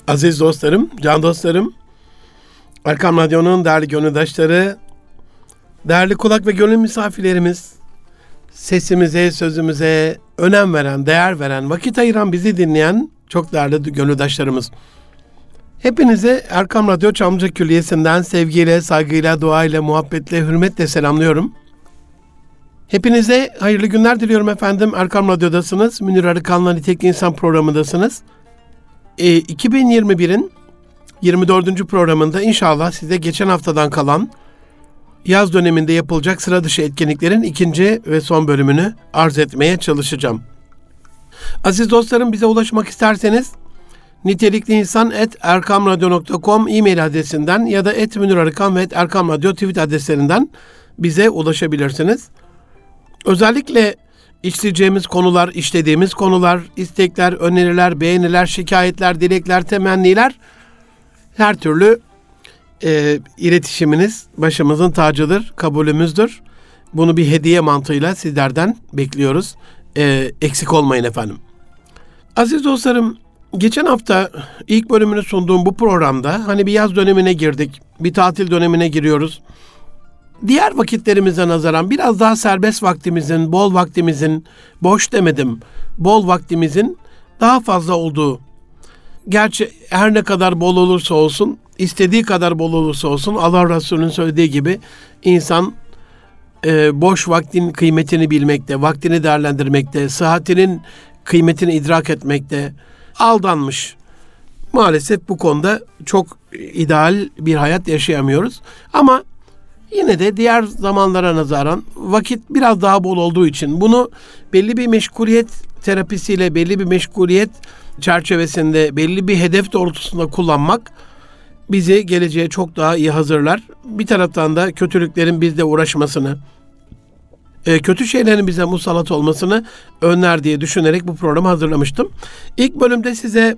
Aziz dostlarım, can dostlarım, Erkam Radyo'nun değerli gönüldaşları, değerli kulak ve gönül misafirlerimiz, sesimize, sözümüze önem veren, değer veren, vakit ayıran, bizi dinleyen çok değerli gönüldaşlarımız. Hepinizi Erkam Radyo Çamlıca Külliyesi'nden sevgiyle, saygıyla, duayla, muhabbetle, hürmetle selamlıyorum. Hepinize hayırlı günler diliyorum efendim. Erkam Radyo'dasınız. Münir Arıkan'la Nitelikli İnsan programındasınız. 2021'in 24. programında inşallah size geçen haftadan kalan yaz döneminde yapılacak sıra dışı etkinliklerin ikinci ve son bölümünü arz etmeye çalışacağım. Aziz dostlarım, bize ulaşmak isterseniz nitelikliinsan@erkamradyo.com e-mail adresinden ya da @münirarıkan ve @erkamradyo tweet adreslerinden bize ulaşabilirsiniz. Özellikle işleyeceğimiz konular, işlediğimiz konular, istekler, öneriler, beğeniler, şikayetler, dilekler, temenniler, her türlü iletişiminiz başımızın tacıdır, kabulümüzdür. Bunu bir hediye mantığıyla sizlerden bekliyoruz. Eksik olmayın efendim. Aziz dostlarım, geçen hafta ilk bölümünü sunduğum bu programda hani bir yaz dönemine girdik, bir tatil dönemine giriyoruz. Diğer vakitlerimize nazaran biraz daha serbest vaktimizin, bol vaktimizin, boş demedim, bol vaktimizin daha fazla olduğu, gerçi her ne kadar bol olursa olsun, istediği kadar bol olursa olsun, Allah Resulü'nün söylediği gibi insan boş vaktin kıymetini bilmekte, vaktini değerlendirmekte, sıhhatinin kıymetini idrak etmekte aldanmış. Maalesef bu konuda çok ideal bir hayat yaşayamıyoruz. Ama yine de diğer zamanlara nazaran vakit biraz daha bol olduğu için bunu belli bir meşguliyet terapisiyle, belli bir meşguliyet çerçevesinde, belli bir hedef doğrultusunda kullanmak bizi geleceğe çok daha iyi hazırlar. Bir taraftan da kötülüklerin bizle uğraşmasını, kötü şeylerin bize musallat olmasını önler diye düşünerek bu programı hazırlamıştım. İlk bölümde size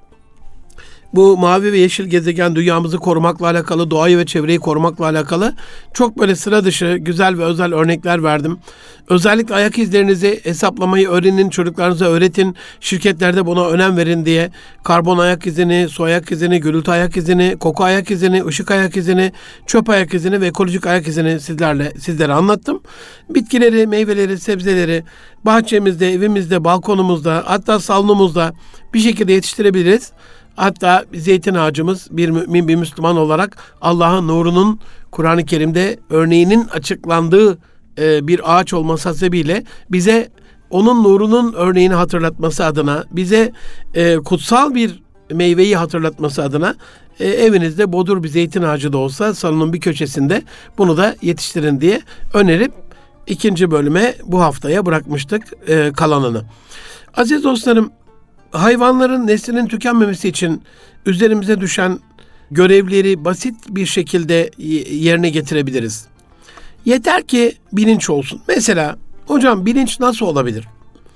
bu mavi ve yeşil gezegen dünyamızı korumakla alakalı, doğayı ve çevreyi korumakla alakalı çok böyle sıra dışı, güzel ve özel örnekler verdim. Özellikle ayak izlerinizi hesaplamayı öğrenin, çocuklarınıza öğretin, şirketlerde buna önem verin diye karbon ayak izini, su ayak izini, gürültü ayak izini, koku ayak izini, ışık ayak izini, çöp ayak izini ve ekolojik ayak izini sizlere anlattım. Bitkileri, meyveleri, sebzeleri bahçemizde, evimizde, balkonumuzda, hatta salonumuzda bir şekilde yetiştirebiliriz. Hatta zeytin ağacımız bir mümin, bir Müslüman olarak Allah'ın nurunun Kur'an-ı Kerim'de örneğinin açıklandığı bir ağaç olması hasebiyle bize onun nurunun örneğini hatırlatması adına, bize kutsal bir meyveyi hatırlatması adına evinizde bodur bir zeytin ağacı da olsa salonun bir köşesinde bunu da yetiştirin diye önerip ikinci bölüme bu haftaya bırakmıştık kalanını. Aziz dostlarım, hayvanların neslinin tükenmemesi için üzerimize düşen görevleri basit bir şekilde yerine getirebiliriz. Yeter ki bilinç olsun. Mesela hocam bilinç nasıl olabilir?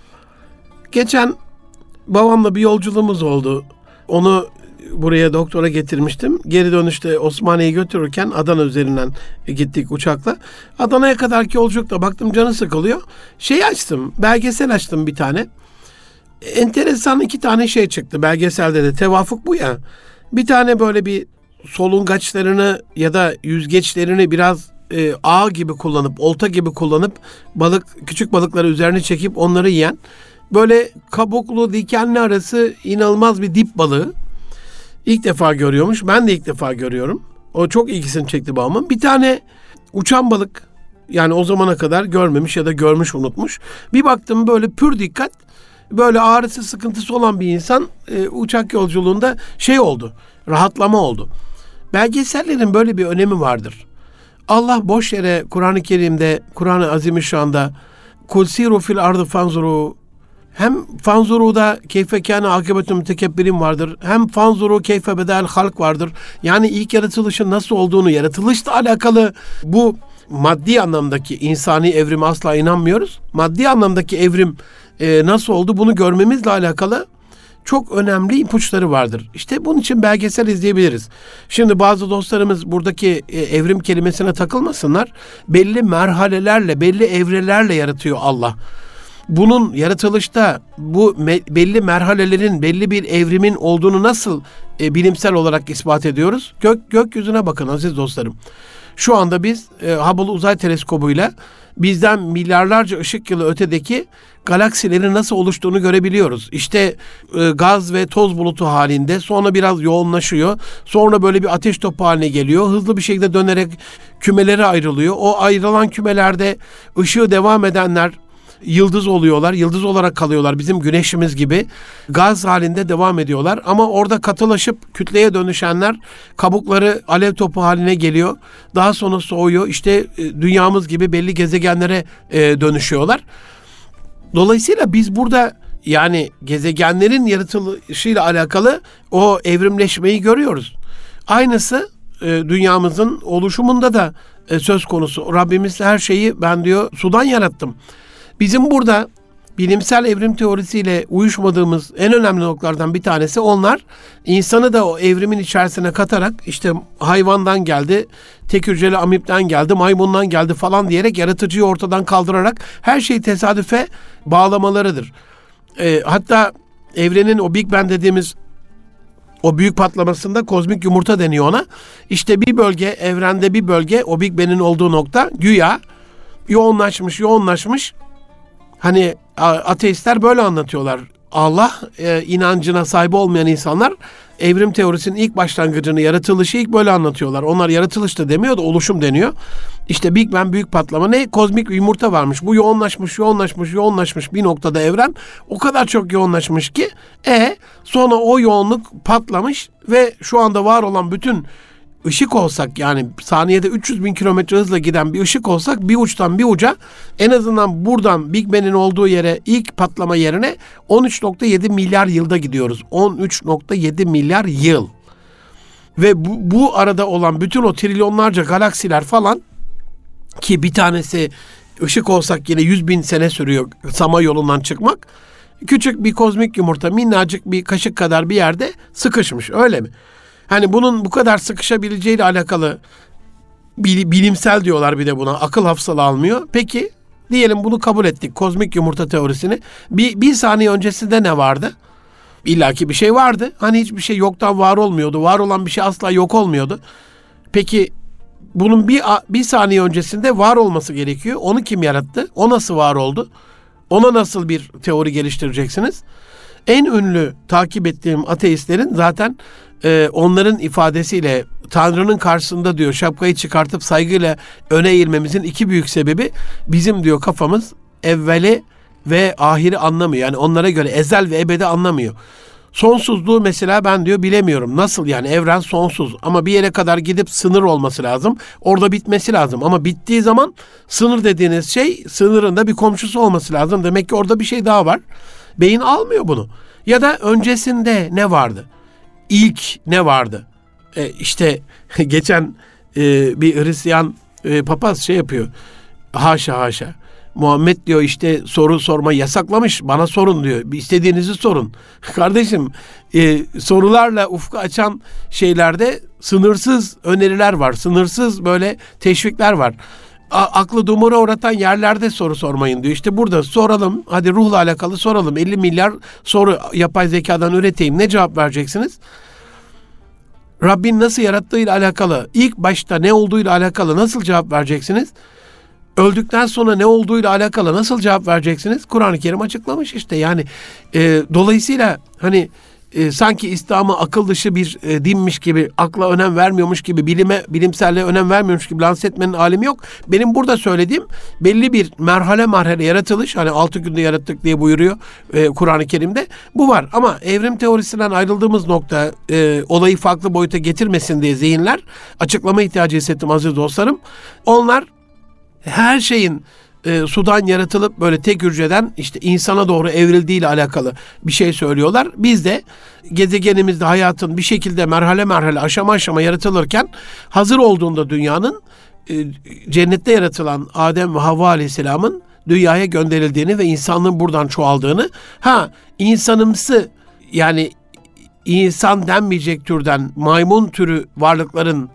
Geçen babamla bir yolculuğumuz oldu. Onu buraya doktora getirmiştim. Geri dönüşte Osmaniye'ye götürürken Adana üzerinden gittik uçakla. Adana'ya kadarki yolculukta baktım canı sıkılıyor. Belgesel açtım bir tane. Enteresan iki tane şey çıktı. Belgeselde de tevafuk bu ya. Bir tane böyle bir solungaçlarını ya da yüzgeçlerini biraz ağ gibi kullanıp, olta gibi kullanıp küçük balıkları üzerine çekip onları yiyen, böyle kabuklu dikenli arası inanılmaz bir dip balığı ilk defa görüyormuş. Ben de ilk defa görüyorum. O çok ilgisini çekti babamın. Bir tane uçan balık, yani o zamana kadar görmemiş ya da görmüş unutmuş. Bir baktım böyle pür dikkat, böyle ağrısı sıkıntısı olan bir insan uçak yolculuğunda oldu, rahatlama oldu. Belgesellerin böyle bir önemi vardır. Allah boş yere Kur'an-ı Kerim'de, Kur'an-ı Azimüşşan'da kul siru fil ardı fanzuru, hem fanzuru'da keyfe kâne akıbetü mütekebbirin vardır, hem fanzuru keyfe bedel halk vardır. Yani ilk yaratılışın nasıl olduğunu, yaratılışla alakalı bu maddi anlamdaki insani evrime asla inanmıyoruz. Maddi anlamdaki evrim nasıl oldu bunu görmemizle alakalı çok önemli ipuçları vardır. İşte bunun için belgesel izleyebiliriz. Şimdi bazı dostlarımız buradaki evrim kelimesine takılmasınlar. Belli merhalelerle, belli evrelerle yaratıyor Allah. bunun yaratılışta bu belli merhalelerin, belli bir evrimin olduğunu nasıl bilimsel olarak ispat ediyoruz? Gökyüzüne bakın aziz dostlarım. Şu anda biz Hubble Uzay Teleskobu'yla bizden milyarlarca ışık yılı ötedeki galaksilerin nasıl oluştuğunu görebiliyoruz. İşte gaz ve toz bulutu halinde, sonra biraz yoğunlaşıyor. Sonra böyle bir ateş topu haline geliyor. Hızlı bir şekilde dönerek kümelere ayrılıyor. O ayrılan kümelerde ışığı devam edenler yıldız oluyorlar. Yıldız olarak kalıyorlar bizim güneşimiz gibi. Gaz halinde devam ediyorlar. Ama orada katılaşıp kütleye dönüşenler kabukları alev topu haline geliyor. Daha sonra soğuyor. İşte dünyamız gibi belli gezegenlere dönüşüyorlar. Dolayısıyla biz burada yani gezegenlerin yaratılışıyla alakalı o evrimleşmeyi görüyoruz. Aynısı dünyamızın oluşumunda da söz konusu. Rabbimiz her şeyi ben diyor sudan yarattım. Bizim burada bilimsel evrim teorisiyle uyuşmadığımız en önemli noktalardan bir tanesi onlar insanı da o evrimin içerisine katarak işte hayvandan geldi, tek hücreli amipten geldi, maymundan geldi falan diyerek yaratıcıyı ortadan kaldırarak her şeyi tesadüfe bağlamalarıdır. Hatta evrenin o Big Bang dediğimiz o büyük patlamasında kozmik yumurta deniyor ona. İşte bir bölge, evrende bir bölge, o Big Bang'in olduğu nokta güya yoğunlaşmış. Hani ateistler böyle anlatıyorlar. Allah inancına sahip olmayan insanlar evrim teorisinin ilk başlangıcını, yaratılışı ilk böyle anlatıyorlar. Onlar yaratılış da demiyor da oluşum deniyor. İşte Big Bang büyük patlama ne? Kozmik bir yumurta varmış. Bu yoğunlaşmış bir noktada evren. O kadar çok yoğunlaşmış ki sonra o yoğunluk patlamış ve şu anda var olan bütün ışık olsak, yani saniyede 300 bin kilometre hızla giden bir ışık olsak bir uçtan bir uca en azından buradan Big Bang'in olduğu yere, ilk patlama yerine 13.7 milyar yılda gidiyoruz. 13.7 milyar yıl. Ve bu arada olan bütün o trilyonlarca galaksiler falan, ki bir tanesi ışık olsak yine 100 bin sene sürüyor Samanyolu'ndan çıkmak. Küçük bir kozmik yumurta minnacık bir kaşık kadar bir yerde sıkışmış, öyle mi? Hani bunun bu kadar sıkışabileceğiyle alakalı bilimsel diyorlar bir de buna. Akıl hafsalı almıyor. Peki diyelim bunu kabul ettik. Kozmik yumurta teorisini. Bir saniye öncesinde ne vardı? İlla ki bir şey vardı. Hani hiçbir şey yoktan var olmuyordu. Var olan bir şey asla yok olmuyordu. Peki bunun bir saniye öncesinde var olması gerekiyor. Onu kim yarattı? O nasıl var oldu? Ona nasıl bir teori geliştireceksiniz? En ünlü takip ettiğim ateistlerin zaten onların ifadesiyle Tanrı'nın karşısında diyor şapkayı çıkartıp saygıyla öne eğilmemizin iki büyük sebebi, bizim diyor kafamız evveli ve ahiri anlamıyor. Yani onlara göre ezel ve ebedi anlamıyor. Sonsuzluğu mesela ben diyor bilemiyorum. Nasıl yani, evren sonsuz ama bir yere kadar gidip sınır olması lazım. Orada bitmesi lazım ama bittiği zaman sınır dediğiniz şey sınırın da bir komşusu olması lazım. Demek ki orada bir şey daha var. Beyin almıyor bunu. Ya da öncesinde ne vardı? İlk ne vardı? İşte geçen bir Hristiyan papaz şey yapıyor. Haşa. Muhammed diyor işte soru sorma yasaklamış. Bana sorun diyor. İstediğinizi sorun. Kardeşim sorularla ufku açan şeylerde sınırsız öneriler var. Sınırsız böyle teşvikler var. Aklı dumura uğratan yerlerde soru sormayın diyor. İşte burada soralım. Hadi ruhla alakalı soralım. 50 milyar soru yapay zekadan üreteyim. Ne cevap vereceksiniz? Rabbin nasıl yarattığıyla alakalı, ilk başta ne olduğuyla alakalı nasıl cevap vereceksiniz? Öldükten sonra ne olduğuyla alakalı nasıl cevap vereceksiniz? Kur'an-ı Kerim açıklamış işte. Yani dolayısıyla hani sanki İslam'ı akıl dışı bir dinmiş gibi, akla önem vermiyormuş gibi, bilimselliğe önem vermiyormuş gibi lanse etmenin alemi yok. Benim burada söylediğim belli bir merhale yaratılış. Hani 6 günde yarattık diye buyuruyor Kur'an-ı Kerim'de. Bu var ama evrim teorisinden ayrıldığımız nokta olayı farklı boyuta getirmesin diye zihinler açıklama ihtiyacı hissettim aziz dostlarım. Onlar her şeyin sudan yaratılıp böyle tek hücreden işte insana doğru evrildiğiyle alakalı bir şey söylüyorlar. Biz de gezegenimizde hayatın bir şekilde merhale aşama yaratılırken hazır olduğunda dünyanın cennette yaratılan Adem ve Havva Aleyhisselam'ın dünyaya gönderildiğini ve insanlığın buradan çoğaldığını, insanımsı yani insan denmeyecek türden maymun türü varlıkların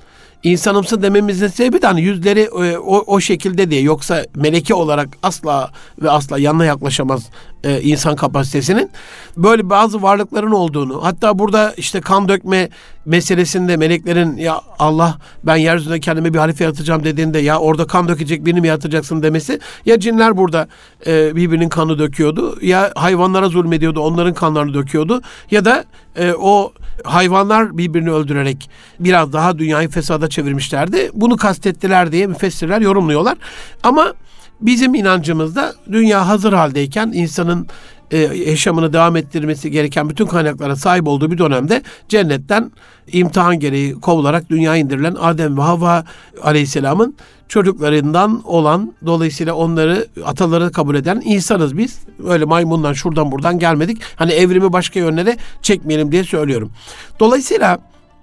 İnsanımsı dememizin sebebi de hani yüzleri o şekilde diye. Yoksa meleke olarak asla ve asla yanına yaklaşamaz insan kapasitesinin. Böyle bazı varlıkların olduğunu, hatta burada işte kan dökme meselesinde meleklerin ya Allah ben yeryüzünde kendime bir halife yaratacağım dediğinde ya orada kan dökecek birini mi yaratacaksın demesi, ya cinler burada birbirinin kanı döküyordu, ya hayvanlara zulmediyordu onların kanlarını döküyordu, ya da o hayvanlar birbirini öldürerek biraz daha dünyayı fesada çevirmişlerdi. Bunu kastettiler diye müfessirler yorumluyorlar. Ama bizim inancımızda dünya hazır haldeyken insanın yaşamını devam ettirmesi gereken bütün kaynaklara sahip olduğu bir dönemde cennetten imtihan gereği kovularak dünyaya indirilen Adem ve Havva Aleyhisselam'ın çocuklarından olan, dolayısıyla onları, ataları kabul eden insanız biz. Öyle maymundan şuradan buradan gelmedik. Hani evrimi başka yönlere çekmeyelim diye söylüyorum. Dolayısıyla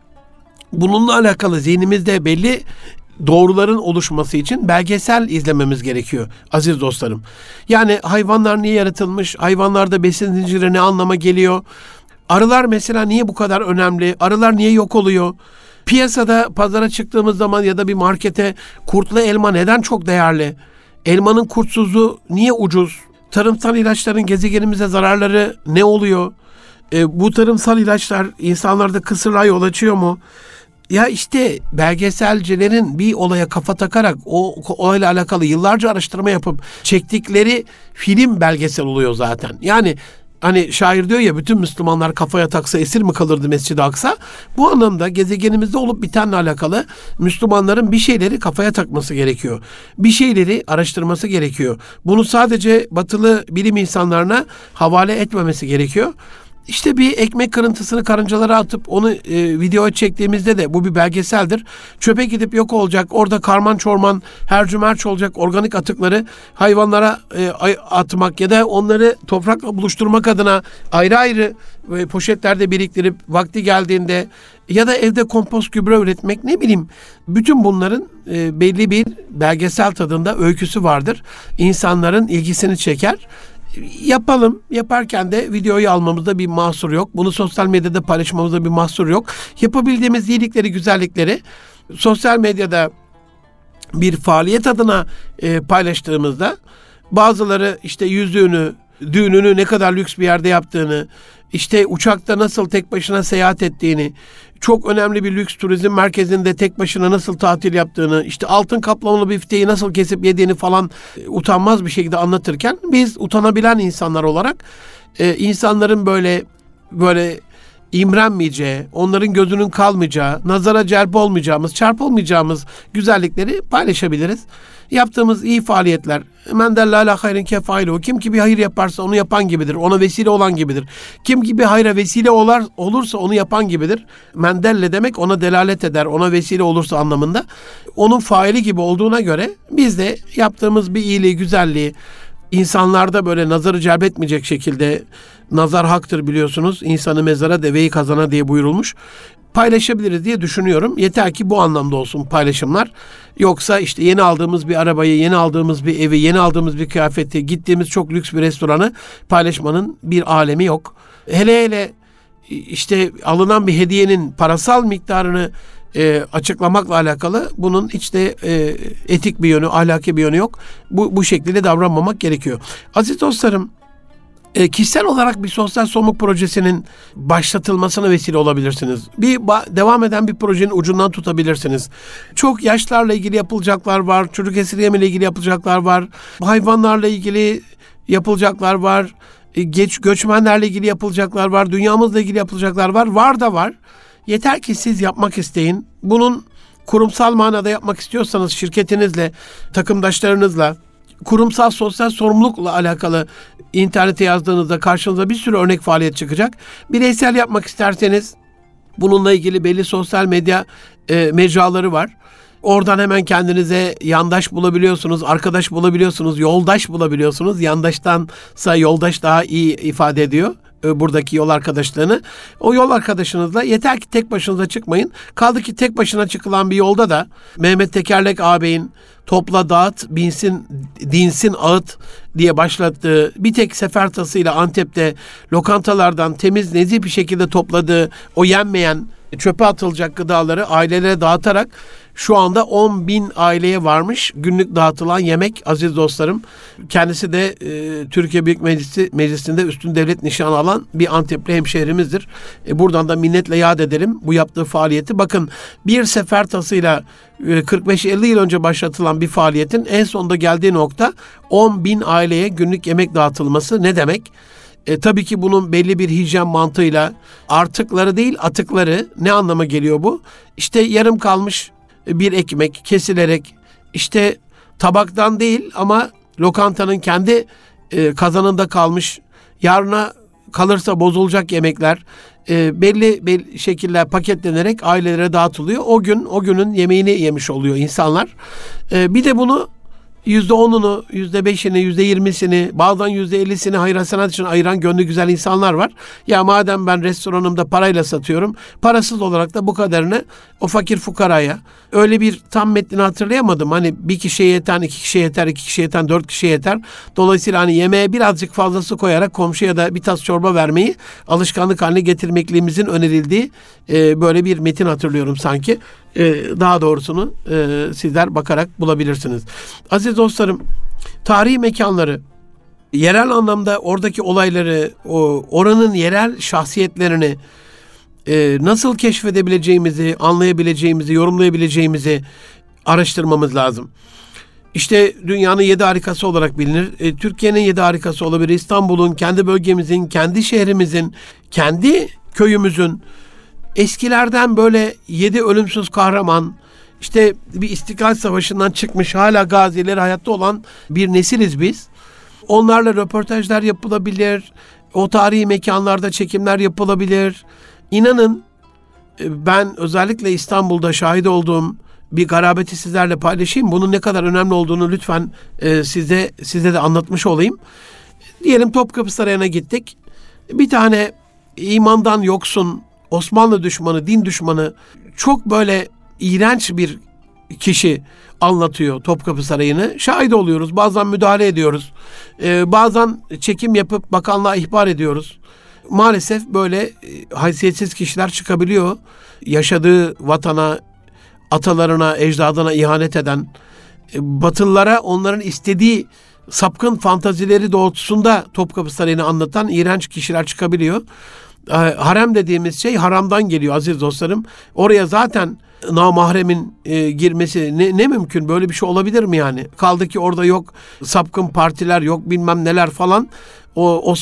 bununla alakalı zihnimizde belli doğruların oluşması için belgesel izlememiz gerekiyor aziz dostlarım. Yani hayvanlar niye yaratılmış? Hayvanlarda besin zinciri ne anlama geliyor? Arılar mesela niye bu kadar önemli? Arılar niye yok oluyor? Piyasada, pazara çıktığımız zaman ya da bir markete kurtlu elma neden çok değerli? Elmanın kurtsuzluğu niye ucuz? Tarımsal ilaçların gezegenimize zararları ne oluyor? Bu tarımsal ilaçlar insanlarda kısırlığa yol açıyor mu? Ya işte belgeselcilerin bir olaya kafa takarak o olayla alakalı yıllarca araştırma yapıp çektikleri film belgesel oluyor zaten. Yani hani şair diyor ya, bütün Müslümanlar kafaya taksa esir mi kalırdı Mescid-i Aksa? Bu anlamda gezegenimizde olup bitenle alakalı Müslümanların bir şeyleri kafaya takması gerekiyor. Bir şeyleri araştırması gerekiyor. Bunu sadece batılı bilim insanlarına havale etmemesi gerekiyor. İşte bir ekmek kırıntısını karıncalara atıp onu videoya çektiğimizde de bu bir belgeseldir. Çöpe gidip yok olacak, orada karman çorman, hercümerç olacak organik atıkları hayvanlara atmak ya da onları toprakla buluşturmak adına ayrı ayrı poşetlerde biriktirip vakti geldiğinde ya da evde kompost gübre üretmek, ne bileyim, bütün bunların belli bir belgesel tadında öyküsü vardır. İnsanların ilgisini çeker. Yapalım. Yaparken de videoyu almamızda bir mahsur yok. Bunu sosyal medyada paylaşmamızda bir mahsur yok. Yapabildiğimiz iyilikleri, güzellikleri sosyal medyada bir faaliyet adına paylaştığımızda bazıları işte yüzüğünü, düğününü ne kadar lüks bir yerde yaptığını, işte uçakta nasıl tek başına seyahat ettiğini, çok önemli bir lüks turizm merkezinde tek başına nasıl tatil yaptığını, işte altın kaplamalı bifteyi nasıl kesip yediğini falan utanmaz bir şekilde anlatırken biz utanabilen insanlar olarak insanların böyle imrenmeyeceği, onların gözünün kalmayacağı, nazara celp olmayacağımız, çarpılmayacağımız güzellikleri paylaşabiliriz. Yaptığımız iyi faaliyetler, men delle ala hayrin kefailuhu, kim ki bir hayır yaparsa onu yapan gibidir, ona vesile olan gibidir. Kim ki bir hayra vesile olursa onu yapan gibidir. Men delle demek ona delalet eder, ona vesile olursa anlamında. Onun faili gibi olduğuna göre biz de yaptığımız bir iyiliği, güzelliği, insanlarda böyle nazarı celbetmeyecek şekilde, nazar haktır biliyorsunuz, insanı mezara deveyi kazana diye buyurulmuş, paylaşabiliriz diye düşünüyorum. Yeter ki bu anlamda olsun paylaşımlar. Yoksa işte yeni aldığımız bir arabayı, yeni aldığımız bir evi, yeni aldığımız bir kıyafeti, gittiğimiz çok lüks bir restoranı paylaşmanın bir alemi yok. Hele hele işte alınan bir hediyenin parasal miktarını açıklamakla alakalı bunun hiç de etik bir yönü, ahlaki bir yönü yok. Bu şekilde davranmamak gerekiyor. Aziz dostlarım, kişisel olarak bir sosyal sorumluluk projesinin başlatılmasına vesile olabilirsiniz. Devam eden bir projenin ucundan tutabilirsiniz. Çok yaşlarla ilgili yapılacaklar var, çocuk esirgeme ile ilgili yapılacaklar var, hayvanlarla ilgili yapılacaklar var, göçmenlerle ilgili yapılacaklar var, dünyamızla ilgili yapılacaklar var. Var da var. Yeter ki siz yapmak isteyin. Bunun kurumsal manada yapmak istiyorsanız şirketinizle, takımdaşlarınızla, kurumsal sosyal sorumlulukla alakalı internete yazdığınızda karşınıza bir sürü örnek faaliyet çıkacak. Bireysel yapmak isterseniz bununla ilgili belli sosyal medya mecraları var. Oradan hemen kendinize yandaş bulabiliyorsunuz, arkadaş bulabiliyorsunuz, yoldaş bulabiliyorsunuz. Yandaştansa yoldaş daha iyi ifade ediyor buradaki yol arkadaşlığını. O yol arkadaşınızla yeter ki tek başınıza çıkmayın. Kaldı ki tek başına çıkılan bir yolda da Mehmet Tekerlek ağabeyin topla dağıt, dinsin ağıt diye başlattığı bir tek sefer tasıyla Antep'te lokantalardan temiz nezih bir şekilde topladığı o yenmeyen çöpe atılacak gıdaları ailelere dağıtarak şu anda 10.000 aileye varmış günlük dağıtılan yemek aziz dostlarım. Kendisi de Türkiye Büyük Meclisi'nde üstün devlet nişanı alan bir Antepli hemşehrimizdir. Buradan da minnetle yad edelim bu yaptığı faaliyeti. Bakın bir sefer tasıyla 45-50 yıl önce başlatılan bir faaliyetin en sonunda geldiği nokta 10.000 aileye günlük yemek dağıtılması ne demek? Tabii ki bunun belli bir hijyen mantığıyla artıkları değil atıkları ne anlama geliyor bu? İşte yarım kalmış bir ekmek kesilerek işte tabaktan değil ama lokantanın kendi kazanında kalmış yarına kalırsa bozulacak yemekler belli şekiller paketlenerek ailelere dağıtılıyor. O günün yemeğini yemiş oluyor insanlar. Bir de bunu %10'unu, %5'ini, %20'sini, bazen %50'sini hayır hasenat için ayıran gönlü güzel insanlar var. Ya madem ben restoranımda parayla satıyorum, parasız olarak da bu kadarını o fakir fukaraya, öyle bir tam metnini hatırlayamadım. Hani bir kişiye yeten, 2 kişiye yeter, 2 kişiye yeten, 4 kişiye yeter. Dolayısıyla hani yemeğe birazcık fazlası koyarak komşuya da bir tas çorba vermeyi alışkanlık haline getirmekliğimizin önerildiği böyle bir metin hatırlıyorum sanki. Daha doğrusunu sizler bakarak bulabilirsiniz. Aziz dostlarım, tarihi mekanları, yerel anlamda oradaki olayları, oranın yerel şahsiyetlerini nasıl keşfedebileceğimizi, anlayabileceğimizi, yorumlayabileceğimizi araştırmamız lazım. İşte dünyanın 7 harikası olarak bilinir. Türkiye'nin 7 harikası olabilir. İstanbul'un, kendi bölgemizin, kendi şehrimizin, kendi köyümüzün, eskilerden böyle 7 ölümsüz kahraman, işte bir İstiklal Savaşı'ndan çıkmış hala gazileri hayatta olan bir nesiliz biz. Onlarla röportajlar yapılabilir, o tarihi mekanlarda çekimler yapılabilir. İnanın ben özellikle İstanbul'da şahit olduğum bir garabeti sizlerle paylaşayım. Bunun ne kadar önemli olduğunu lütfen size de anlatmış olayım. Diyelim Topkapı Sarayı'na gittik. Bir tane imandan yoksun, Osmanlı düşmanı, din düşmanı, çok böyle iğrenç bir kişi anlatıyor Topkapı Sarayı'nı. Şahit oluyoruz, bazen müdahale ediyoruz. Bazen çekim yapıp bakanlığa ihbar ediyoruz. Maalesef böyle haysiyetsiz kişiler çıkabiliyor. Yaşadığı vatana, atalarına, ecdadına ihanet eden, Batılılara onların istediği sapkın fantazileri doğrultusunda Topkapı Sarayı'nı anlatan iğrenç kişiler çıkabiliyor. Harem dediğimiz şey haramdan geliyor aziz dostlarım. Oraya zaten namahremin girmesi ne mümkün? Böyle bir şey olabilir mi yani? Kaldı ki orada yok sapkın partiler, yok bilmem neler falan. O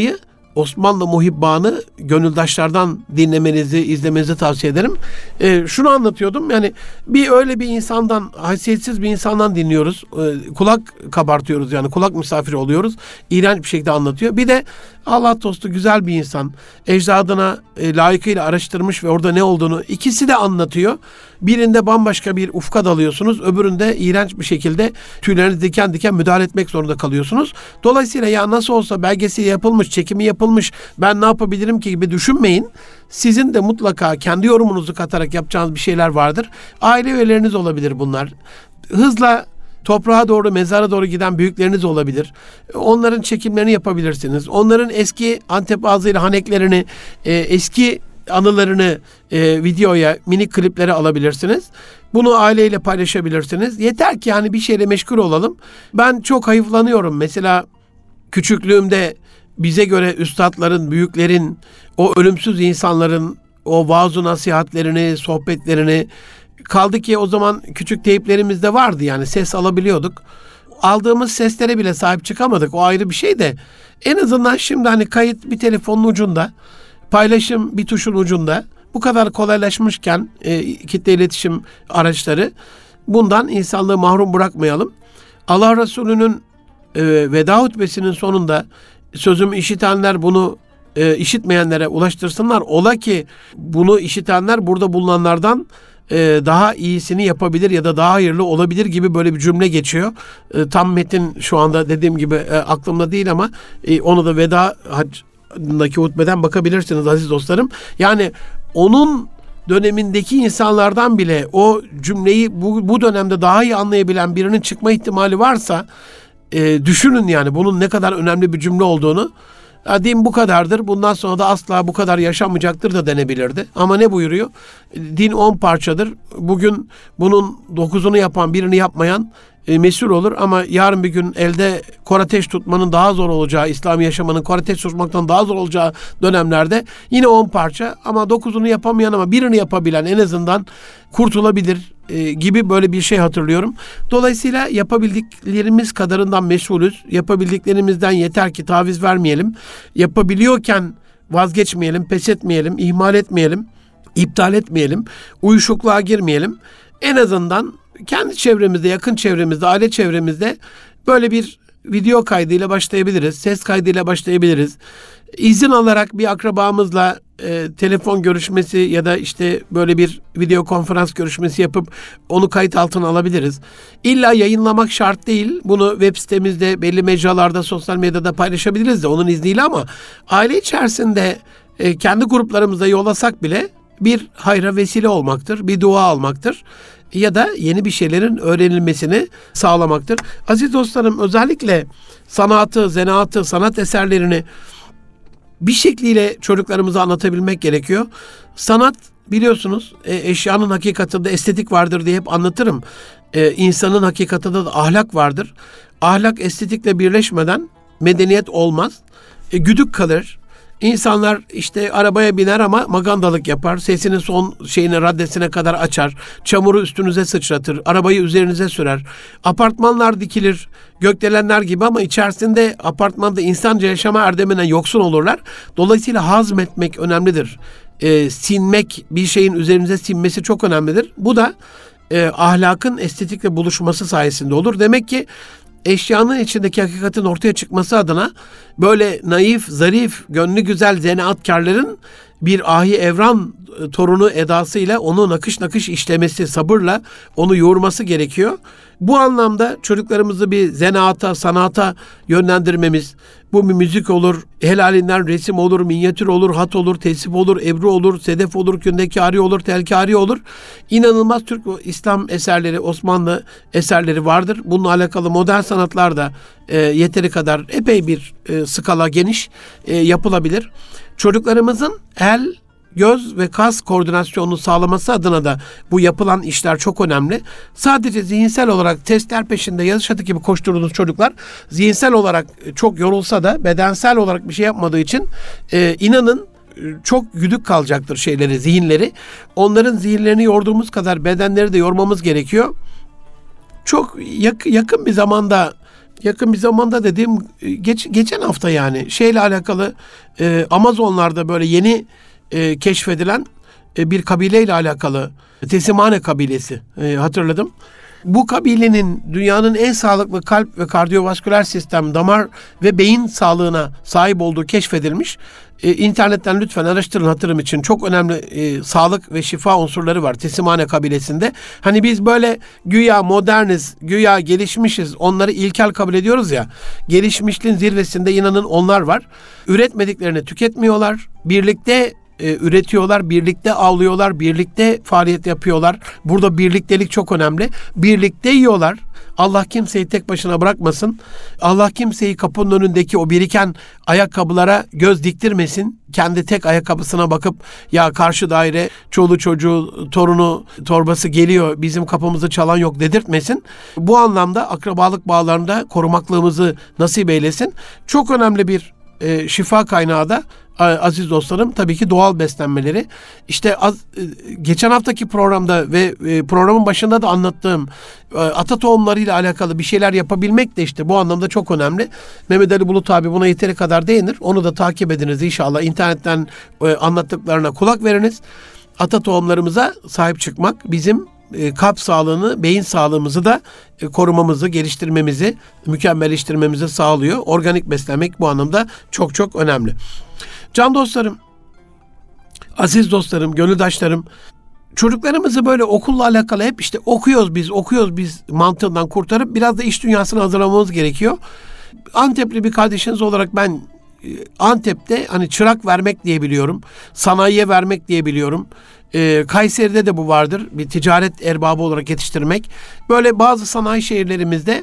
Osmanlı muhibbanı gönüldaşlardan dinlemenizi, izlemenizi tavsiye ederim. Şunu anlatıyordum, yani öyle bir insandan, haysiyetsiz bir insandan dinliyoruz. Kulak kabartıyoruz, yani kulak misafiri oluyoruz. İğrenç bir şekilde anlatıyor. Bir de Allah dostu güzel bir insan. Ecdadına layıkıyla araştırmış ve orada ne olduğunu ikisi de anlatıyor. Birinde bambaşka bir ufka dalıyorsunuz. Öbüründe iğrenç bir şekilde tüylerinizi diken diken müdahale etmek zorunda kalıyorsunuz. Dolayısıyla ya nasıl olsa belgesi yapılmış, çekimi yapılmış, ben ne yapabilirim ki gibi düşünmeyin. Sizin de mutlaka kendi yorumunuzu katarak yapacağınız bir şeyler vardır. Aile üyeleriniz olabilir bunlar. Hızla toprağa doğru, mezara doğru giden büyükleriniz olabilir. Onların çekimlerini yapabilirsiniz. Onların eski Antep ağzıyla haneklerini, eski anılarını videoya, minik kliplere alabilirsiniz. Bunu aileyle paylaşabilirsiniz. Yeter ki yani bir şeyle meşgul olalım. Ben çok hayıflanıyorum. Mesela küçüklüğümde bize göre üstadların, büyüklerin, o ölümsüz insanların o vaaz-ı nasihatlerini, sohbetlerini, kaldı ki o zaman küçük teyplerimiz de vardı, yani ses alabiliyorduk. Aldığımız seslere bile sahip çıkamadık. O ayrı bir şey de. En azından şimdi hani kayıt bir telefonun ucunda, paylaşım bir tuşun ucunda. Bu kadar kolaylaşmışken kitle iletişim araçları, bundan insanlığı mahrum bırakmayalım. Allah Resulü'nün veda hutbesinin sonunda sözümü işitenler bunu işitmeyenlere ulaştırsınlar. Ola ki bunu işitenler burada bulunanlardan daha iyisini yapabilir ya da daha hayırlı olabilir gibi böyle bir cümle geçiyor. Tam metin şu anda dediğim gibi aklımda değil ama onu da veda haccındaki hutbeden bakabilirsiniz aziz dostlarım. Yani onun dönemindeki insanlardan bile o cümleyi bu dönemde daha iyi anlayabilen birinin çıkma ihtimali varsa düşünün yani bunun ne kadar önemli bir cümle olduğunu. Din bu kadardır, bundan sonra da asla bu kadar yaşanmayacaktır da denebilirdi. Ama ne buyuruyor? Din 10 parçadır. Bugün bunun 9'unu yapan, birini yapmayan mesul olur, ama yarın bir gün elde korateş tutmanın daha zor olacağı, İslami yaşamanın korateş tutmaktan daha zor olacağı dönemlerde yine 10 parça, ama 9'unu yapamayan ama birini yapabilen en azından kurtulabilir gibi böyle bir şey hatırlıyorum. Dolayısıyla yapabildiklerimiz kadarından mesulüz. Yapabildiklerimizden yeter ki taviz vermeyelim. Yapabiliyorken vazgeçmeyelim, pes etmeyelim, ihmal etmeyelim, iptal etmeyelim, uyuşukluğa girmeyelim. En azından kendi çevremizde, yakın çevremizde, aile çevremizde böyle bir video kaydıyla başlayabiliriz. Ses kaydıyla başlayabiliriz. İzin alarak bir akrabamızla telefon görüşmesi ya da işte böyle bir video konferans görüşmesi yapıp onu kayıt altına alabiliriz. İlla yayınlamak şart değil. Bunu web sitemizde, belli mecralarda, sosyal medyada paylaşabiliriz de onun izniyle, ama aile içerisinde kendi gruplarımızda yollasak bile bir hayra vesile olmaktır, bir dua almaktır ya da yeni bir şeylerin öğrenilmesini sağlamaktır. Aziz dostlarım, özellikle sanatı, zanaatı, sanat eserlerini bir şekliyle çocuklarımıza anlatabilmek gerekiyor. Sanat, biliyorsunuz, eşyanın hakikatinde estetik vardır diye hep anlatırım. İnsanın hakikatinde de ahlak vardır. Ahlak estetikle birleşmeden medeniyet olmaz. Güdük kalır. İnsanlar işte arabaya biner ama magandalık yapar. Sesini son raddesine kadar açar. Çamuru üstünüze sıçratır. Arabayı üzerinize sürer. Apartmanlar dikilir gökdelenler gibi, ama içerisinde apartmanda insanca yaşama erdeminden yoksun olurlar. Dolayısıyla hazmetmek önemlidir. Sinmek, bir şeyin üzerinize sinmesi çok önemlidir. Bu da ahlakın estetikle buluşması sayesinde olur. Demek ki eşyanın içindeki hakikatin ortaya çıkması adına böyle naif, zarif, gönlü güzel zanaatkarların bir ahi evran torunu edasıyla onu nakış nakış işlemesi, sabırla onu yoğurması gerekiyor. Bu anlamda çocuklarımızı bir zanaata, sanata yönlendirmemiz, bu bir müzik olur, helalinden resim olur, minyatür olur, hat olur, tesip olur, ebru olur, sedef olur, kündekari olur, telkari olur. İnanılmaz Türk ve İslam eserleri, Osmanlı eserleri vardır. Bununla alakalı modern sanatlar da yeteri kadar epey bir skala geniş yapılabilir. Çocuklarımızın el, göz ve kas koordinasyonunu sağlaması adına da bu yapılan işler çok önemli. Sadece zihinsel olarak testler peşinde yazı şatı gibi koşturduğunuz çocuklar zihinsel olarak çok yorulsa da bedensel olarak bir şey yapmadığı için inanın çok güdük kalacaktır zihinleri. Onların zihinlerini yorduğumuz kadar bedenleri de yormamız gerekiyor. Çok yakın bir zamanda dediğim geçen hafta yani alakalı Amazonlarda böyle yeni keşfedilen bir kabileyle alakalı, Tesimane kabilesi hatırladım. Bu kabilenin dünyanın en sağlıklı kalp ve kardiyovasküler sistem, damar ve beyin sağlığına sahip olduğu keşfedilmiş. İnternetten lütfen araştırın hatırım için. Çok önemli sağlık ve şifa unsurları var Tesimane kabilesinde. Hani biz böyle güya moderniz, güya gelişmişiz, onları ilkel kabul ediyoruz ya. Gelişmişliğin zirvesinde inanın onlar var. Üretmediklerini tüketmiyorlar. Birlikte üretiyorlar, birlikte avlıyorlar, birlikte faaliyet yapıyorlar. Burada birliktelik çok önemli. Birlikte yiyorlar. Allah kimseyi tek başına bırakmasın. Allah kimseyi kapının önündeki o biriken ayakkabılara göz diktirmesin. Kendi tek ayakkabısına bakıp ya karşı daire çoluğu çocuğu, torunu, torbası geliyor, bizim kapımızı çalan yok dedirtmesin. Bu anlamda akrabalık bağlarında korumaklığımızı nasip eylesin. Çok önemli bir şifa kaynağı da aziz dostlarım tabii ki doğal beslenmeleri. İşte geçen haftaki programda ve programın başında da anlattığım ata tohumlarıyla alakalı bir şeyler yapabilmek de işte bu anlamda çok önemli. Mehmet Ali Bulut abi buna yeteri kadar değinir. Onu da takip ediniz inşallah. İnternetten anlattıklarına kulak veriniz. Ata tohumlarımıza sahip çıkmak bizim kalp sağlığını, beyin sağlığımızı da korumamızı, geliştirmemizi, mükemmelleştirmemizi sağlıyor. Organik beslenmek bu anlamda çok çok önemli. Can dostlarım, aziz dostlarım, gönüldaşlarım, çocuklarımızı böyle okulla alakalı hep işte okuyoruz biz mantığından kurtarıp biraz da iş dünyasına hazırlamamız gerekiyor. Antepli bir kardeşiniz olarak ben Antep'te hani çırak vermek diye biliyorum, sanayiye vermek diye biliyorum. Kayseri'de de bu vardır. Bir ticaret erbabı olarak yetiştirmek. Böyle bazı sanayi şehirlerimizde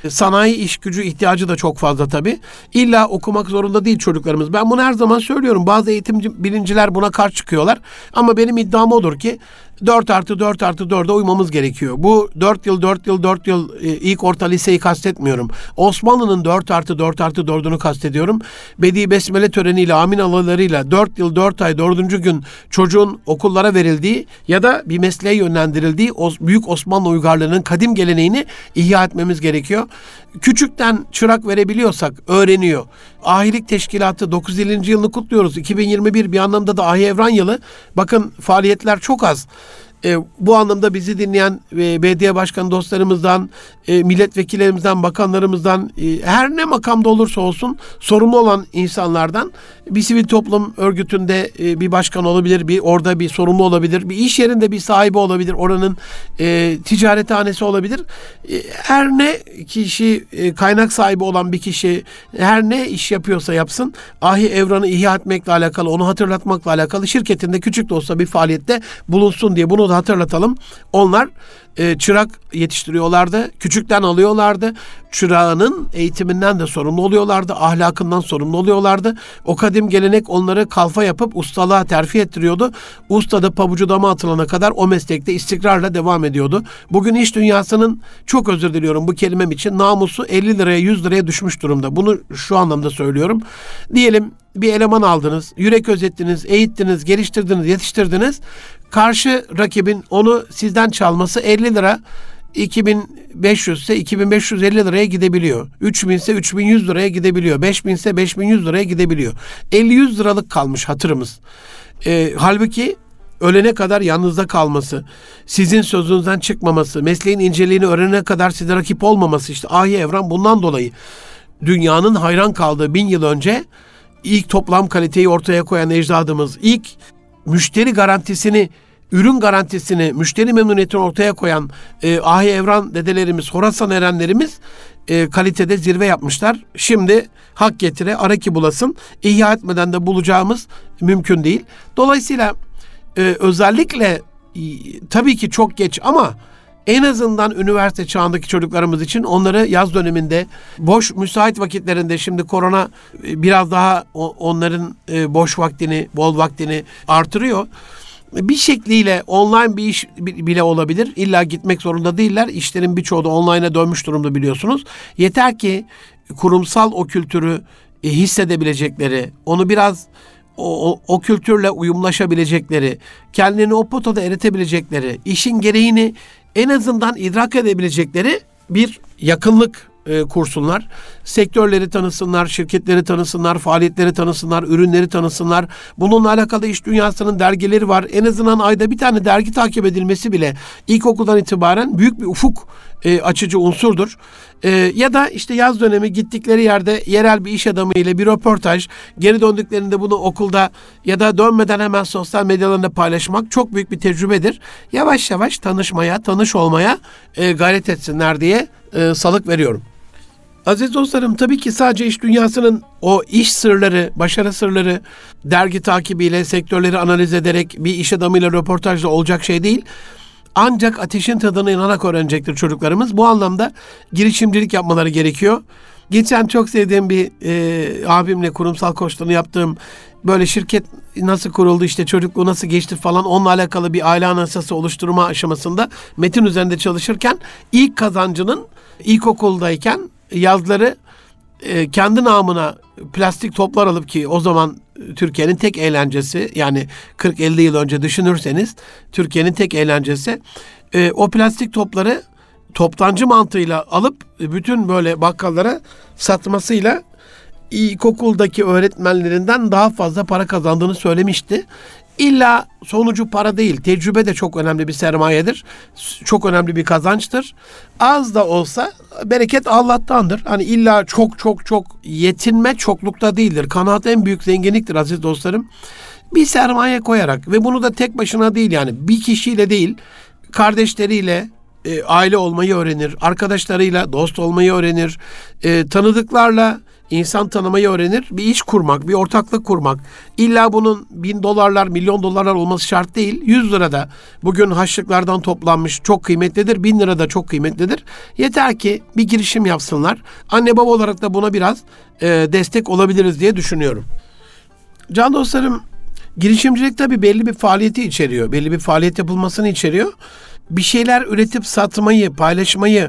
Sanayi iş gücü ihtiyacı da çok fazla tabii. İlla okumak zorunda değil çocuklarımız. Ben bunu her zaman söylüyorum. Bazı eğitim bilinciler buna karşı çıkıyorlar. Ama benim iddiam odur ki 4+4+4'e uymamız gerekiyor. Bu 4 yıl ilk orta liseyi kastetmiyorum. Osmanlı'nın 4+4+4'ünü kastediyorum. Bedi Besmele töreniyle, amin alalarıyla 4 yıl 4 ay 4. gün çocuğun okullara verildiği ya da bir mesleğe yönlendirildiği o büyük Osmanlı uygarlığının kadim geleneğini ihya etmemiz gerekiyor. Küçükten çırak verebiliyorsak öğreniyor. Ahilik Teşkilatı 950. yılını kutluyoruz. 2021 bir anlamda da Ahi Evran yılı. Bakın faaliyetler çok az. Bu anlamda bizi dinleyen belediye başkanı dostlarımızdan, milletvekillerimizden, bakanlarımızdan, her ne makamda olursa olsun sorumlu olan insanlardan bir sivil toplum örgütünde bir başkan olabilir, orada bir sorumlu olabilir, bir iş yerinde bir sahibi olabilir, oranın ticarethanesi olabilir. Her ne kişi kaynak sahibi olan bir kişi her ne iş yapıyorsa yapsın, Ahi Evran'ı ihya etmekle alakalı, onu hatırlatmakla alakalı şirketinde küçük de olsa bir faaliyette bulunsun diye bunu da hatırlatalım. Onlar çırak yetiştiriyorlardı. Küçükten alıyorlardı. Çırağının eğitiminden de sorumlu oluyorlardı. Ahlakından sorumlu oluyorlardı. O kadim gelenek onları kalfa yapıp ustalığa terfi ettiriyordu. Usta da pabucu dama atılana kadar o meslekte istikrarla devam ediyordu. Bugün iş dünyasının, çok özür diliyorum bu kelimem için, namusu 50 liraya 100 liraya düşmüş durumda. Bunu şu anlamda söylüyorum. Diyelim bir eleman aldınız, yürek özettiniz, eğittiniz, geliştirdiniz, yetiştirdiniz. Karşı rakibin onu sizden çalması 50 lira, 2500 ise 2550 liraya gidebiliyor. 3000 ise 3100 liraya gidebiliyor. 5000 ise 5100 liraya gidebiliyor. 50-100 liralık kalmış hatırımız. Halbuki ölene kadar yanınızda kalması, sizin sözünüzden çıkmaması, mesleğin inceliğini öğrenene kadar size rakip olmaması, işte Ahi Evran bundan dolayı dünyanın hayran kaldığı 1000 yıl önce ilk toplam kaliteyi ortaya koyan ecdadımız, ilk müşteri garantisini, ürün garantisini, müşteri memnuniyetini ortaya koyan Ahi Evran dedelerimiz, Horasan erenlerimiz kalitede zirve yapmışlar. Şimdi hak getire, ara ki bulasın, ihya etmeden de bulacağımız mümkün değil. Dolayısıyla özellikle tabii ki çok geç ama en azından üniversite çağındaki çocuklarımız için onları yaz döneminde boş müsait vakitlerinde, şimdi korona biraz daha onların boş vaktini, bol vaktini artırıyor. Bir şekliyle online bir iş bile olabilir. İlla gitmek zorunda değiller. İşlerin birçoğu da online'a dönmüş durumda biliyorsunuz. Yeter ki kurumsal o kültürü hissedebilecekleri, onu biraz o kültürle uyumlaşabilecekleri, kendini o potada eritebilecekleri, işin gereğini en azından idrak edebilecekleri bir yakınlık kursunlar. Sektörleri tanısınlar, şirketleri tanısınlar, faaliyetleri tanısınlar, ürünleri tanısınlar. Bununla alakalı iş dünyasının dergileri var. En azından ayda bir tane dergi takip edilmesi bile ilkokuldan itibaren büyük bir ufuk açıcı unsurdur. Ya da işte yaz dönemi gittikleri yerde yerel bir iş adamı ile bir röportaj, geri döndüklerinde bunu okulda ya da dönmeden hemen sosyal medyalarında paylaşmak çok büyük bir tecrübedir. Yavaş yavaş tanışmaya, tanış olmaya gayret etsinler diye salık veriyorum. Aziz dostlarım, tabii ki sadece iş dünyasının o iş sırları, başarı sırları dergi takibiyle, sektörleri analiz ederek bir iş adamıyla röportajla olacak şey değil. Ancak ateşin tadını inanarak öğrenecektir çocuklarımız. Bu anlamda girişimcilik yapmaları gerekiyor. Geçen çok sevdiğim bir abimle kurumsal koçluğunu yaptığım, böyle şirket nasıl kuruldu, işte çocukluğu nasıl geçti falan, onunla alakalı bir aile anayasası oluşturma aşamasında metin üzerinde çalışırken ilk kazancının ilkokuldayken yazları kendi namına plastik toplar alıp, ki o zaman Türkiye'nin tek eğlencesi, yani 40-50 yıl önce düşünürseniz Türkiye'nin tek eğlencesi o plastik topları toptancı mantığıyla alıp bütün böyle bakkallara satmasıyla ilkokuldaki öğretmenlerinden daha fazla para kazandığını söylemişti. İlla sonucu para değil, tecrübe de çok önemli bir sermayedir. Çok önemli bir kazançtır. Az da olsa bereket Allah'tandır. Hani illa çok yetinme çoklukta değildir. Kanaat en büyük zenginliktir aziz dostlarım. Bir sermaye koyarak ve bunu da tek başına değil, yani bir kişiyle değil, kardeşleriyle aile olmayı öğrenir, arkadaşlarıyla dost olmayı öğrenir, tanıdıklarla insan tanımayı öğrenir. Bir iş kurmak, bir ortaklık kurmak. İlla bunun $1000, milyon dolarlar olması şart değil. 100 lira da bugün harçlıklardan toplanmış çok kıymetlidir. 1000 lira da çok kıymetlidir. Yeter ki bir girişim yapsınlar. Anne baba olarak da buna biraz destek olabiliriz diye düşünüyorum. Can dostlarım, girişimcilik tabii belli bir faaliyeti içeriyor. Belli bir faaliyet yapılmasını içeriyor. Bir şeyler üretip satmayı, paylaşmayı,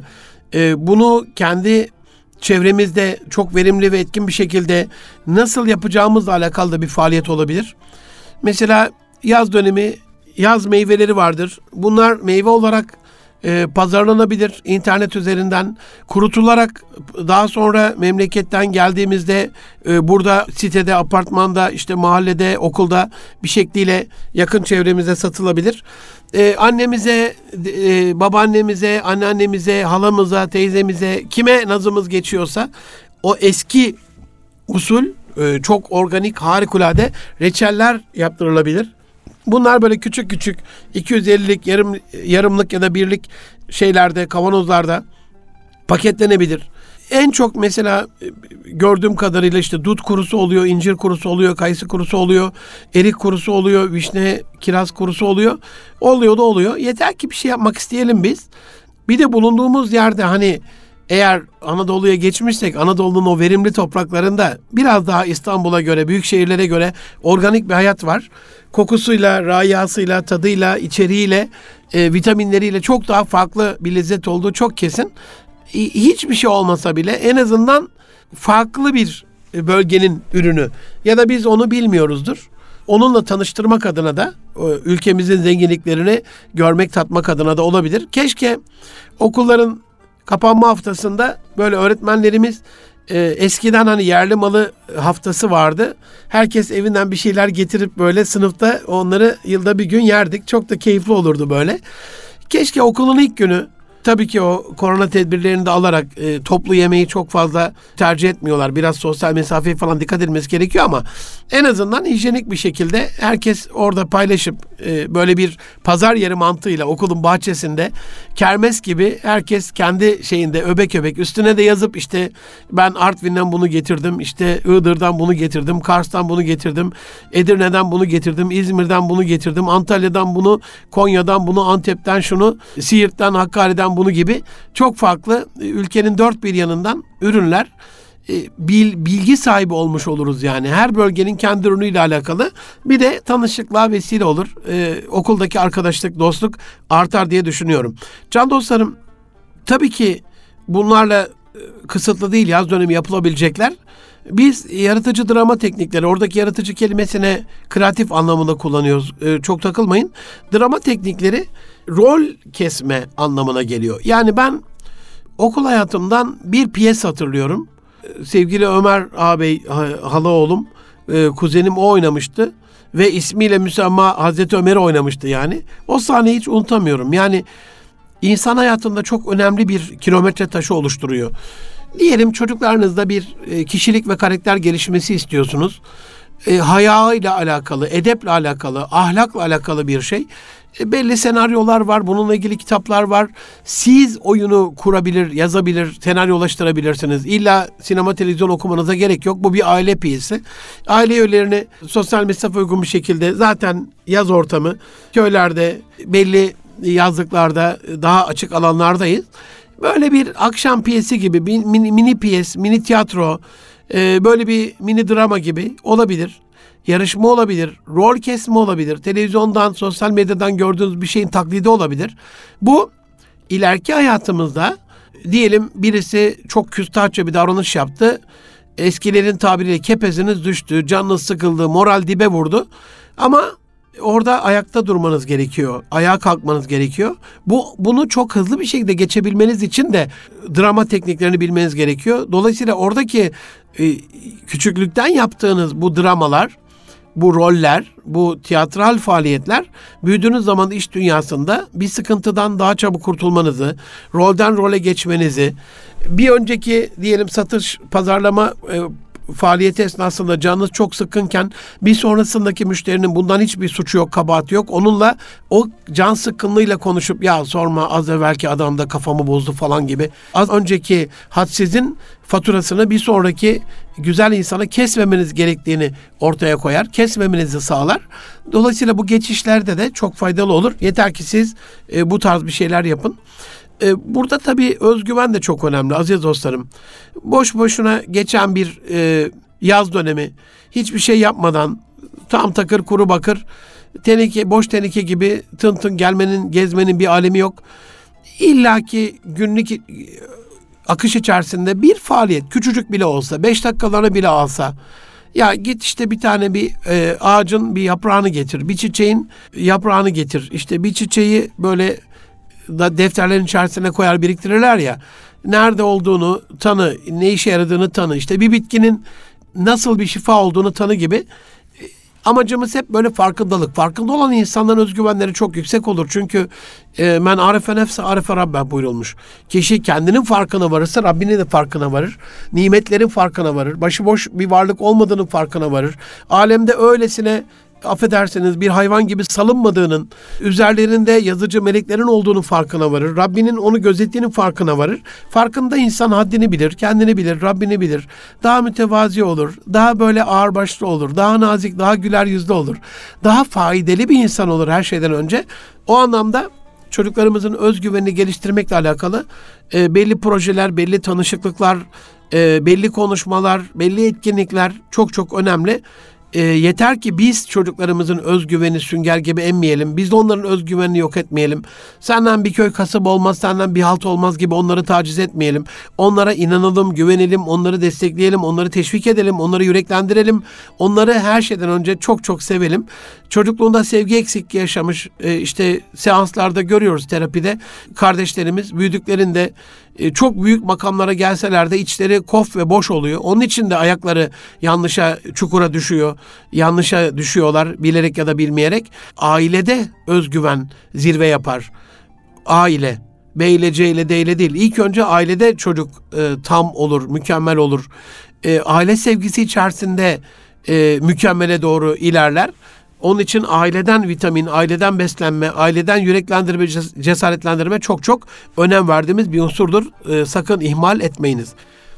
bunu kendi çevremizde çok verimli ve etkin bir şekilde nasıl yapacağımızla alakalı da bir faaliyet olabilir. Mesela yaz dönemi, yaz meyveleri vardır. Bunlar meyve olarak pazarlanabilir internet üzerinden, kurutularak daha sonra memleketten geldiğimizde burada sitede, apartmanda, işte mahallede, okulda bir şekliyle yakın çevremize satılabilir. Annemize, babaannemize, anneannemize, halamıza, teyzemize, kime nazımız geçiyorsa o eski usul çok organik, harikulade reçeller yaptırılabilir. Bunlar böyle küçük küçük 250'lik, yarımlık ya da birlik şeylerde, kavanozlarda paketlenebilir. En çok mesela gördüğüm kadarıyla işte dut kurusu oluyor, incir kurusu oluyor, kayısı kurusu oluyor, erik kurusu oluyor, vişne, kiraz kurusu oluyor. Oluyor da oluyor. Yeter ki bir şey yapmak isteyelim biz. Bir de bulunduğumuz yerde hani eğer Anadolu'ya geçmişsek, Anadolu'nun o verimli topraklarında biraz daha İstanbul'a göre, büyük şehirlere göre organik bir hayat var. Kokusuyla, rayasıyla, tadıyla, içeriğiyle, vitaminleriyle çok daha farklı bir lezzet olduğu çok kesin. Hiçbir şey olmasa bile en azından farklı bir bölgenin ürünü ya da biz onu bilmiyoruzdur. Onunla tanıştırmak adına da ülkemizin zenginliklerini görmek, tatmak adına da olabilir. Keşke okulların kapanma haftasında böyle öğretmenlerimiz eskiden hani yerli malı haftası vardı. Herkes evinden bir şeyler getirip böyle sınıfta onları yılda bir gün yerdik. Çok da keyifli olurdu böyle. Keşke okulun ilk günü, tabii ki o korona tedbirlerini de alarak toplu yemeği çok fazla tercih etmiyorlar. Biraz sosyal mesafeye falan dikkat edilmesi gerekiyor ama en azından hijyenik bir şekilde herkes orada paylaşıp böyle bir pazar yeri mantığıyla okulun bahçesinde kermes gibi herkes kendi şeyinde öbek öbek üstüne de yazıp işte ben Artvin'den bunu getirdim, işte Iğdır'dan bunu getirdim, Kars'tan bunu getirdim, Edirne'den bunu getirdim, İzmir'den bunu getirdim, Antalya'dan bunu, Konya'dan bunu, Antep'ten şunu, Siirt'ten, Hakkari'den bunu gibi çok farklı ülkenin dört bir yanından ürünler, bilgi sahibi olmuş oluruz yani. Her bölgenin kendi ürünüyle alakalı bir de tanışıklığa vesile olur. Okuldaki arkadaşlık, dostluk artar diye düşünüyorum. Can dostlarım, tabii ki bunlarla kısıtlı değil yaz dönemi yapılabilecekler. Biz yaratıcı drama teknikleri, oradaki yaratıcı kelimesine kreatif anlamında kullanıyoruz. Çok takılmayın. Drama teknikleri rol kesme anlamına geliyor. Yani ben okul hayatımdan bir piyes hatırlıyorum. Sevgili Ömer ağabey, hala oğlum, kuzenim o oynamıştı. Ve ismiyle müsemma Hazreti Ömer'i oynamıştı yani. O sahneyi hiç unutamıyorum. Yani insan hayatında çok önemli bir kilometre taşı oluşturuyor. Diyelim çocuklarınızda bir kişilik ve karakter gelişmesi istiyorsunuz. Haya ile alakalı, edeple alakalı, ahlakla alakalı bir şey. Belli senaryolar var, bununla ilgili kitaplar var. Siz oyunu kurabilir, yazabilir, senaryolaştırabilirsiniz. İlla sinema, televizyon okumanıza gerek yok. Bu bir aile piyesi. Aile üyelerini sosyal mesafe uygun bir şekilde zaten yaz ortamı, köylerde, belli yazlıklarda, daha açık alanlardayız. Böyle bir akşam piyesi gibi, mini piyes, mini tiyatro, böyle bir mini drama gibi olabilir. Yarışma olabilir, rol kesme olabilir, televizyondan, sosyal medyadan gördüğünüz bir şeyin taklidi olabilir. Bu ileriki hayatımızda diyelim birisi çok küstahça bir davranış yaptı. Eskilerin tabiriyle kepeziniz düştü, canınız sıkıldı, moral dibe vurdu. Ama orada ayakta durmanız gerekiyor, ayağa kalkmanız gerekiyor. Bunu çok hızlı bir şekilde geçebilmeniz için de drama tekniklerini bilmeniz gerekiyor. Dolayısıyla oradaki küçüklükten yaptığınız bu dramalar, bu roller, bu tiyatral faaliyetler büyüdüğünüz zaman iş dünyasında bir sıkıntıdan daha çabuk kurtulmanızı, rolden role geçmenizi, bir önceki diyelim satış, pazarlama faaliyeti esnasında canınız çok sıkkınken bir sonrasındaki müşterinin bundan hiçbir suçu yok, kabahati yok. Onunla o can sıkkınlığıyla konuşup ya sorma az evvelki adam da kafamı bozdu falan gibi az önceki hadsizin faturasını bir sonraki güzel insana kesmemeniz gerektiğini ortaya koyar. Kesmemenizi sağlar. Dolayısıyla bu geçişlerde de çok faydalı olur. Yeter ki siz bu tarz bir şeyler yapın. Burada tabii özgüven de çok önemli aziz dostlarım. Boş boşuna geçen bir yaz dönemi hiçbir şey yapmadan tam takır kuru bakır teneke, boş teneke gibi tın tın gelmenin, gezmenin bir alemi yok. İlla ki günlük akış içerisinde bir faaliyet küçücük bile olsa 5 dakikalarını bile alsa ya git işte bir tane bir ağacın bir yaprağını getir, bir çiçeğin yaprağını getir. İşte bir çiçeği böyle da defterlerin içerisine koyar biriktirirler ya. Nerede olduğunu tanı, ne işe yaradığını tanı. İşte bir bitkinin nasıl bir şifa olduğunu tanı gibi. Amacımız hep böyle farkındalık. Farkında olan insanların özgüvenleri çok yüksek olur. Çünkü men arefe nefse arefe rabbe buyurulmuş. Kişi kendinin farkına varırsa Rabbinin de farkına varır. Nimetlerin farkına varır. Başıboş bir varlık olmadığının farkına varır. Alemde öylesine affedersiniz bir hayvan gibi salınmadığının, üzerlerinde yazıcı meleklerin olduğunu farkına varır. Rabbinin onu gözettiğinin farkına varır. Farkında insan haddini bilir, kendini bilir, Rabbini bilir. Daha mütevazi olur, daha böyle ağırbaşlı olur, daha nazik, daha güler yüzlü olur. Daha faydalı bir insan olur her şeyden önce. O anlamda çocuklarımızın özgüvenini geliştirmekle alakalı belli projeler, belli tanışıklıklar, belli konuşmalar, belli etkinlikler çok çok önemli. Yeter ki biz çocuklarımızın özgüveni sünger gibi emmeyelim. Biz de onların özgüvenini yok etmeyelim. Senden bir köy kasaba olmaz, senden bir halt olmaz gibi onları taciz etmeyelim. Onlara inanalım, güvenelim, onları destekleyelim, onları teşvik edelim, onları yüreklendirelim. Onları her şeyden önce çok çok sevelim. Çocukluğunda sevgi eksikliği yaşamış, işte seanslarda görüyoruz terapide. Kardeşlerimiz büyüdüklerinde çok büyük makamlara gelseler de içleri kof ve boş oluyor. Onun için de ayakları yanlışa, çukura düşüyor. Yanlışa düşüyorlar bilerek ya da bilmeyerek. Ailede özgüven zirve yapar. Aile. B ile C ile D ile değil. İlk önce ailede çocuk tam olur, mükemmel olur. Aile sevgisi içerisinde mükemmele doğru ilerler. Onun için aileden vitamin, aileden beslenme, aileden yüreklendirme, cesaretlendirme çok çok önem verdiğimiz bir unsurdur. Sakın ihmal etmeyiniz.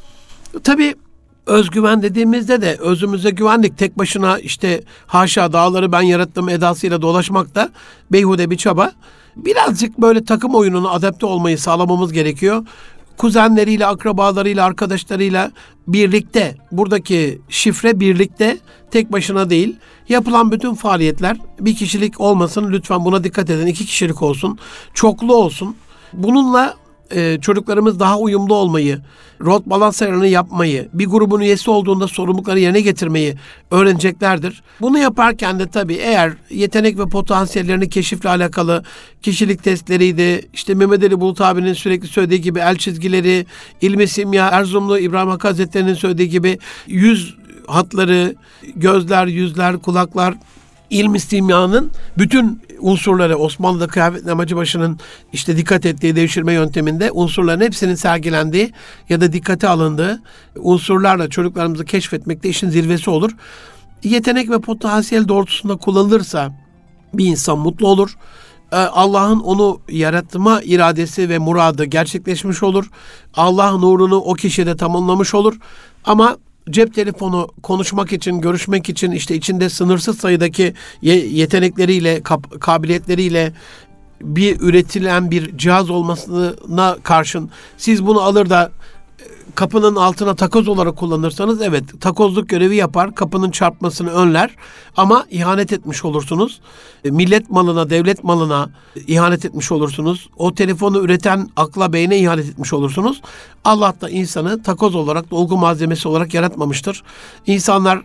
Tabii özgüven dediğimizde de özümüze güvendik. Tek başına işte haşa dağları ben yarattım edasıyla dolaşmak da beyhude bir çaba. Birazcık böyle takım oyununa adapte olmayı sağlamamız gerekiyor. Kuzenleriyle, akrabalarıyla, arkadaşlarıyla birlikte, buradaki şifre birlikte, tek başına değil. Yapılan bütün faaliyetler bir kişilik olmasın. Lütfen buna dikkat edin. 2 kişilik olsun, çoklu olsun. Bununla çocuklarımız daha uyumlu olmayı, rol balans ayarını yapmayı, bir grubun üyesi olduğunda sorumlulukları yerine getirmeyi öğreneceklerdir. Bunu yaparken de tabii eğer yetenek ve potansiyellerini keşifle alakalı kişilik testleriydi, işte Mehmet Ali Bulut abinin sürekli söylediği gibi el çizgileri, ilmi simya, Erzurumlu İbrahim Hakkı Hazretleri'nin söylediği gibi yüz hatları, gözler, yüzler, kulaklar, İlm-i simyanın bütün unsurları, Osmanlı'da Kıyafetli Amacıbaşı'nın işte dikkat ettiği devşirme yönteminde unsurların hepsinin sergilendiği ya da dikkate alındığı unsurlarla çocuklarımızı keşfetmekte işin zirvesi olur. Yetenek ve potansiyel doğrultusunda kullanılırsa bir insan mutlu olur. Allah'ın onu yaratma iradesi ve muradı gerçekleşmiş olur. Allah nurunu o kişide tamamlamış olur. Ama cep telefonu konuşmak için, görüşmek için işte içinde sınırsız sayıdaki yetenekleriyle, kabiliyetleriyle bir üretilen bir cihaz olmasına karşın siz bunu alır da kapının altına takoz olarak kullanırsanız evet takozluk görevi yapar, kapının çarpmasını önler ama ihanet etmiş olursunuz. Millet malına, devlet malına ihanet etmiş olursunuz. O telefonu üreten akla, beyne ihanet etmiş olursunuz. Allah da insanı takoz olarak, dolgu malzemesi olarak yaratmamıştır. İnsanlar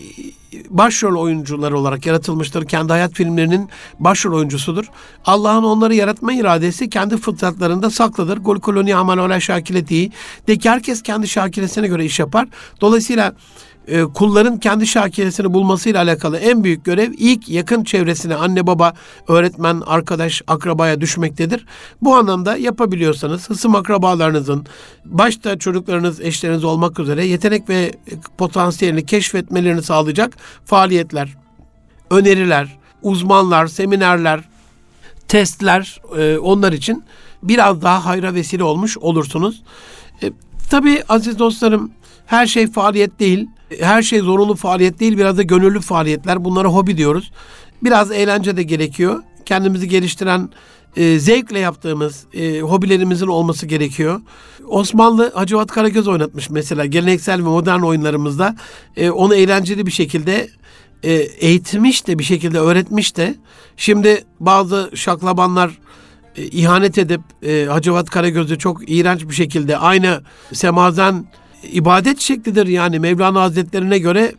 başrol oyuncuları olarak yaratılmıştır. Kendi hayat filmlerinin başrol oyuncusudur. Allah'ın onları yaratma iradesi kendi fıtratlarında saklıdır. Gol koloni amal ola şakileti. De ki herkes kendi şakilesine göre iş yapar. Dolayısıyla kulların kendi şakiyesini bulmasıyla alakalı en büyük görev ilk yakın çevresine, anne baba, öğretmen, arkadaş, akrabaya düşmektedir. Bu anlamda yapabiliyorsanız hısım akrabalarınızın, başta çocuklarınız, eşleriniz olmak üzere yetenek ve potansiyelini keşfetmelerini sağlayacak faaliyetler, öneriler, uzmanlar, seminerler, testler, onlar için biraz daha hayra vesile olmuş olursunuz. Tabii aziz dostlarım, her şey faaliyet değil, her şey zorunlu faaliyet değil, biraz da gönüllü faaliyetler. Bunlara hobi diyoruz. Biraz eğlence de gerekiyor. Kendimizi geliştiren, zevkle yaptığımız hobilerimizin olması gerekiyor. Osmanlı Hacivat Karagöz oynatmış mesela geleneksel ve modern oyunlarımızda. Onu eğlenceli bir şekilde eğitmiş de, bir şekilde öğretmiş de. Şimdi bazı şaklabanlar ihanet edip Hacivat Karagöz'ü çok iğrenç bir şekilde, aynı semazen ibadet şeklidir, yani Mevlana Hazretlerine göre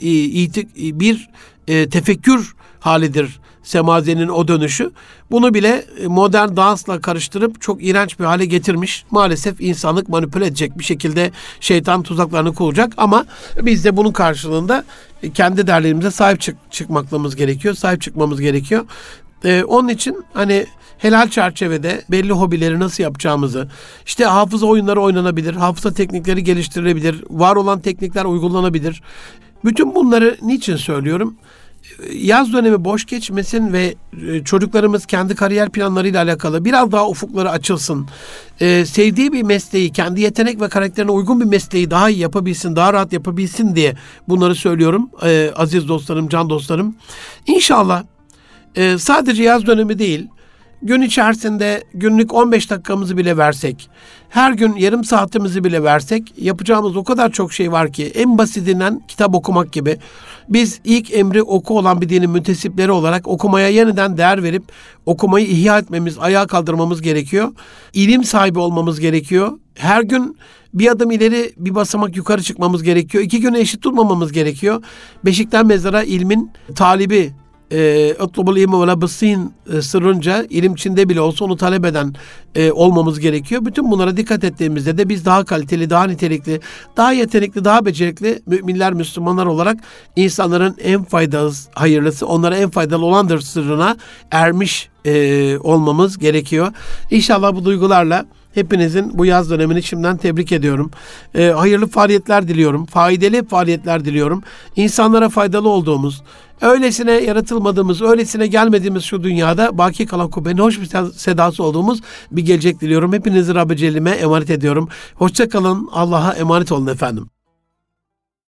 bir tefekkür halidir semazenin o dönüşü. Bunu bile modern dansla karıştırıp çok iğrenç bir hale getirmiş. Maalesef insanlık manipüle edecek bir şekilde şeytan tuzaklarını kuracak, ama biz de bunun karşılığında kendi değerlerimize sahip çıkmamız gerekiyor. Onun için hani helal çerçevede belli hobileri nasıl yapacağımızı, işte hafıza oyunları oynanabilir, hafıza teknikleri geliştirilebilir, var olan teknikler uygulanabilir. Bütün bunları niçin söylüyorum? Yaz dönemi boş geçmesin ve çocuklarımız kendi kariyer planlarıyla alakalı biraz daha ufukları açılsın. Sevdiği bir mesleği, kendi yetenek ve karakterine uygun bir mesleği daha iyi yapabilsin, daha rahat yapabilsin diye bunları söylüyorum. Aziz dostlarım, can dostlarım. İnşallah sadece yaz dönemi değil, gün içerisinde günlük 15 dakikamızı bile versek, her gün yarım saatimizi bile versek, yapacağımız o kadar çok şey var ki, en basitinden kitap okumak gibi. Biz ilk emri oku olan bir dinin müntesipleri olarak okumaya yeniden değer verip okumayı ihya etmemiz, ayağa kaldırmamız gerekiyor. İlim sahibi olmamız gerekiyor. Her gün bir adım ileri, bir basamak yukarı çıkmamız gerekiyor. 2 güne eşit tutmamamız gerekiyor. Beşikten mezara ilmin talibi, اطلب العلم ولا بالصين sırrınca ilim Çin'de bile olsa onu talep eden olmamız gerekiyor. Bütün bunlara dikkat ettiğimizde de biz daha kaliteli, daha nitelikli, daha yetenekli, daha becerikli müminler, Müslümanlar olarak insanların en faydalı, hayırlısı, onlara en faydalı olandır sırrına ermiş olmamız gerekiyor. İnşallah bu duygularla hepinizin bu yaz dönemini şimdiden tebrik ediyorum. Hayırlı faaliyetler diliyorum. Faydalı faaliyetler diliyorum. İnsanlara faydalı olduğumuz, öylesine yaratılmadığımız, öylesine gelmediğimiz şu dünyada baki kalan kubbenin hoş bir sedası olduğumuz bir gelecek diliyorum. Hepinizi Rabbi Celle'ime emanet ediyorum. Hoşça kalın. Allah'a emanet olun efendim.